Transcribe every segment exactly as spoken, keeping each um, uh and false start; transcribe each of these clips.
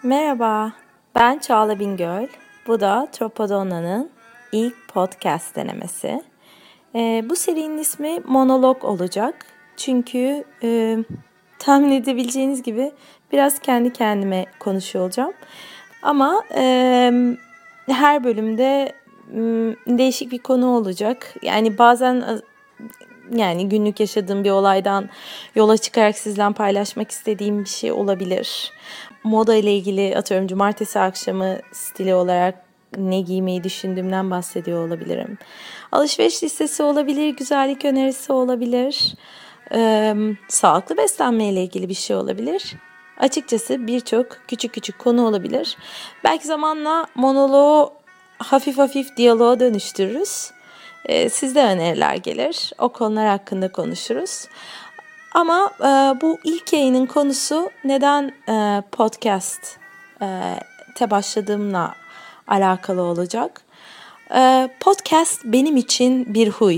Merhaba, ben Çağla Bingöl. Bu da Tropodona'nın ilk podcast denemesi. Ee, bu serinin ismi monolog olacak. Çünkü e, tahmin edebileceğiniz gibi biraz kendi kendime konuşuyor olacağım. Ama e, her bölümde e, değişik bir konu olacak. Yani bazen yani günlük yaşadığım bir olaydan yola çıkarak sizden paylaşmak istediğim bir şey olabilir. Moda ile ilgili atıyorum cumartesi akşamı stili olarak ne giymeyi düşündüğümden bahsediyor olabilirim. Alışveriş listesi olabilir, güzellik önerisi olabilir. Ee, sağlıklı beslenme ile ilgili bir şey olabilir. Açıkçası birçok küçük küçük konu olabilir. Belki zamanla monoloğu hafif hafif diyaloğa dönüştürürüz. Ee, sizde öneriler gelir. O konular hakkında konuşuruz. Ama e, bu ilk yayının konusu neden e, podcast e, te başladığımla alakalı olacak. E, podcast benim için bir huy.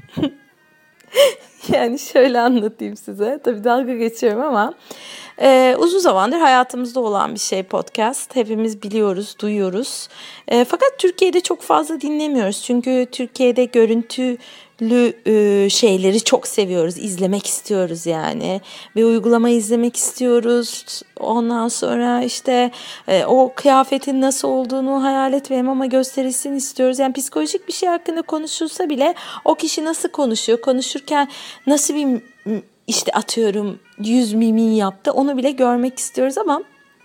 Yani şöyle anlatayım size. Tabii dalga geçiyorum ama e, uzun zamandır hayatımızda olan bir şey podcast. Hepimiz biliyoruz, duyuyoruz. E, fakat Türkiye'de çok fazla dinlemiyoruz. Çünkü Türkiye'de görüntülü e, şeyleri çok seviyoruz. İzlemek istiyoruz yani. Bir uygulama izlemek istiyoruz. Ondan sonra işte e, o kıyafetin nasıl olduğunu hayal etmeyelim ama gösterilsin istiyoruz. Yani psikolojik bir şey hakkında konuşulsa bile o kişi nasıl konuşuyor, konuşurken nasıl bir işte atıyorum yüz mimin yaptı onu bile görmek istiyoruz ama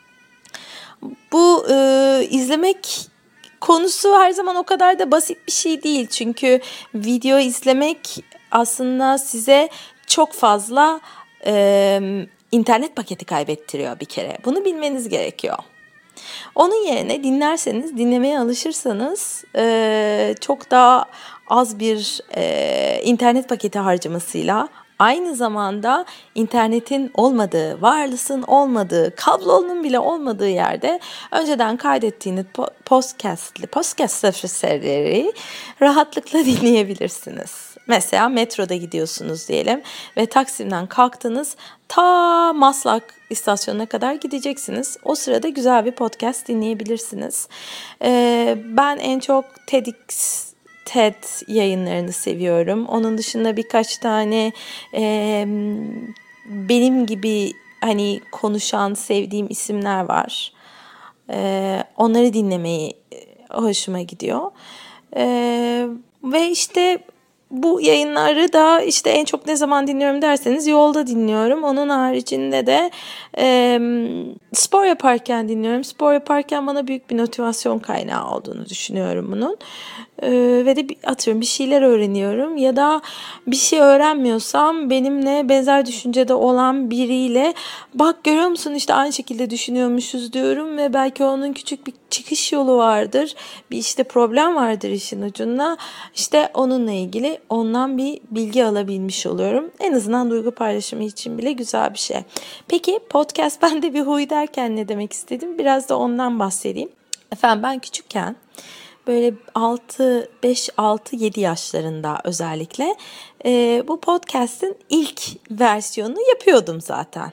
bu e, izlemek konusu her zaman o kadar da basit bir şey değil. Çünkü video izlemek aslında size çok fazla e, internet paketi kaybettiriyor bir kere. Bunu bilmeniz gerekiyor. Onun yerine dinlerseniz, dinlemeye alışırsanız e, çok daha az bir e, internet paketi harcamasıyla aynı zamanda internetin olmadığı, wireless'ın olmadığı, kablonun bile olmadığı yerde önceden kaydettiğiniz podcast'li podcast serileri rahatlıkla dinleyebilirsiniz. Mesela metroda gidiyorsunuz diyelim ve Taksim'den kalktınız, ta Maslak istasyonuna kadar gideceksiniz. O sırada güzel bir podcast dinleyebilirsiniz. Ee, ben en çok TEDx TED yayınlarını seviyorum. Onun dışında birkaç tane e, benim gibi hani konuşan sevdiğim isimler var. E, onları dinlemeyi hoşuma gidiyor. E, ve işte bu yayınları da işte en çok ne zaman dinliyorum derseniz yolda dinliyorum. Onun haricinde de e, spor yaparken dinliyorum. Spor yaparken bana büyük bir motivasyon kaynağı olduğunu düşünüyorum bunun. E, ve de bir, atıyorum bir şeyler öğreniyorum ya da bir şey öğrenmiyorsam benimle benzer düşüncede olan biriyle bak görüyor musun işte aynı şekilde düşünüyormuşuz diyorum ve belki onun küçük bir çıkış yolu vardır. Bir işte problem vardır işin ucunda. İşte onunla ilgili ondan bir bilgi alabilmiş oluyorum. En azından duygu paylaşımı için bile güzel bir şey. Peki podcast bende bir huy derken ne demek istedim? Biraz da ondan bahsedeyim. Efendim ben küçükken böyle altı, beş, altı, yedi yaşlarında özellikle e, bu podcast'in ilk versiyonunu yapıyordum zaten.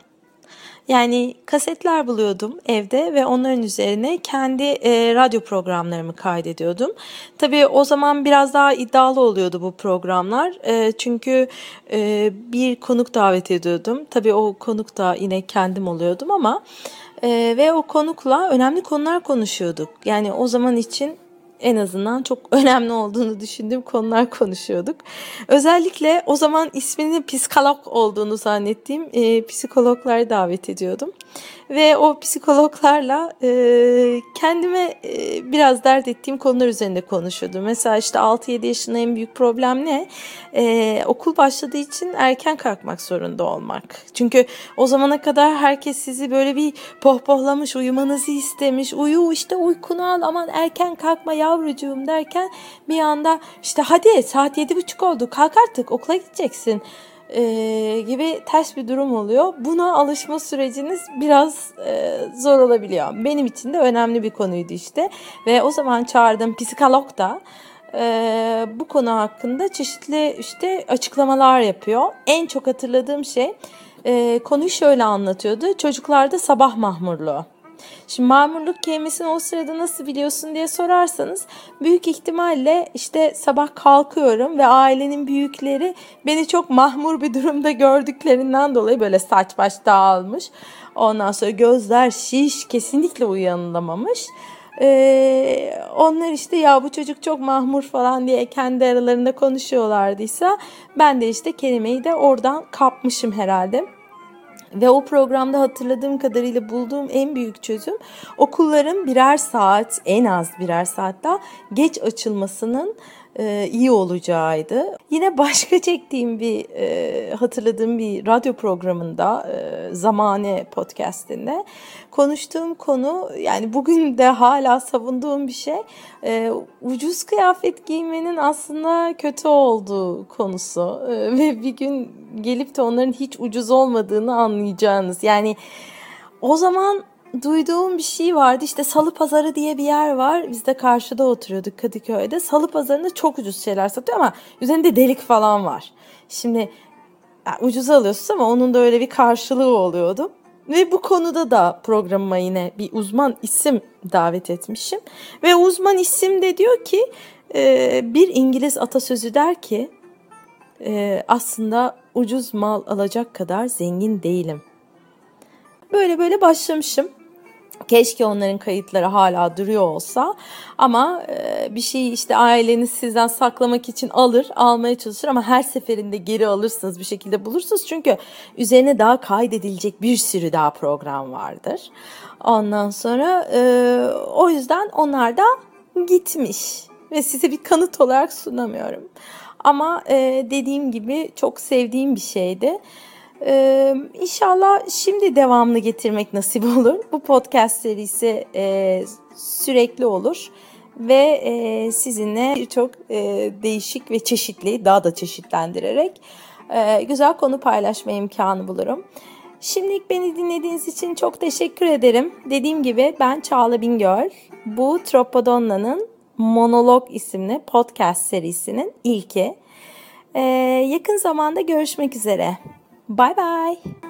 Yani kasetler buluyordum evde ve onların üzerine kendi e, radyo programlarımı kaydediyordum. Tabii o zaman biraz daha iddialı oluyordu bu programlar. E, çünkü e, bir konuk davet ediyordum. Tabii o konuk da yine kendim oluyordum ama e, ve o konukla önemli konular konuşuyorduk. Yani o zaman için en azından çok önemli olduğunu düşündüğüm konular konuşuyorduk. Özellikle o zaman isminin psikolog olduğunu zannettiğim e, psikologları davet ediyordum. Ve o psikologlarla e, kendime e, biraz dert ettiğim konular üzerinde konuşuyordum. Mesela işte altı yedi yaşında en büyük problem ne? E, okul başladığı için erken kalkmak zorunda olmak. Çünkü o zamana kadar herkes sizi böyle bir pohpohlamış, uyumanızı istemiş. Uyu işte uykunu al aman erken kalkma yavrucuğum derken bir anda işte hadi saat yedi buçuk oldu kalk artık okula gideceksin. Ee, gibi ters bir durum oluyor. Buna alışma süreciniz biraz e, zor olabiliyor. Benim için de önemli bir konuydu işte. Ve o zaman çağırdığım psikolog da e, bu konu hakkında çeşitli işte açıklamalar yapıyor. En çok hatırladığım şey e, konuyu şöyle anlatıyordu. Çocuklarda sabah mahmurluğu. Şimdi mamurluk kelimesini o sırada nasıl biliyorsun diye sorarsanız büyük ihtimalle işte sabah kalkıyorum ve ailenin büyükleri beni çok mahmur bir durumda gördüklerinden dolayı böyle saç baş dağılmış. Ondan sonra gözler şiş, kesinlikle uyanılamamış. Ee, onlar işte ya bu çocuk çok mahmur falan diye kendi aralarında konuşuyorlardıysa ben de işte kelimeyi de oradan kapmışım herhalde. Ve o programda hatırladığım kadarıyla bulduğum en büyük çözüm okulların birer saat, en az birer saat daha geç açılmasının e, iyi olacağıydı. Yine başka çektiğim bir e, hatırladığım bir radyo programında e, Zamane podcastinde konuştuğum konu, yani bugün de hala savunduğum bir şey, e, ucuz kıyafet giymenin aslında kötü olduğu konusu e, ve bir gün gelip de onların hiç ucuz olmadığını anlayacağınız. Yani o zaman duyduğum bir şey vardı, işte Salı Pazarı diye bir yer var, biz de karşıda oturuyorduk Kadıköy'de. Salı Pazarı'nda çok ucuz şeyler satıyor ama üzerinde delik falan var. Şimdi yani ucuz alıyorsun ama onun da öyle bir karşılığı oluyordu. Ve bu konuda da programıma yine bir uzman isim davet etmişim. Ve uzman isim de diyor ki bir İngiliz atasözü der ki aslında ucuz mal alacak kadar zengin değilim. Böyle böyle başlamışım. Keşke onların kayıtları hala duruyor olsa ama e, bir şeyi işte aileniz sizden saklamak için alır, almaya çalışır ama her seferinde geri alırsınız, bir şekilde bulursunuz. Çünkü üzerine daha kaydedilecek bir sürü daha program vardır. Ondan sonra e, o yüzden onlar da gitmiş ve size bir kanıt olarak sunamıyorum. Ama e, dediğim gibi çok sevdiğim bir şeydi. Ee, İnşallah şimdi devamlı getirmek nasip olur. Bu podcast serisi e, sürekli olur ve e, sizinle birçok e, değişik ve çeşitli, daha da çeşitlendirerek e, güzel konu paylaşma imkanı bulurum. Şimdilik beni dinlediğiniz için çok teşekkür ederim. Dediğim gibi ben Çağla Bingöl. Bu Troppo Donna'nın Monolog isimli podcast serisinin ilki. Ee, yakın zamanda görüşmek üzere. Bye bye.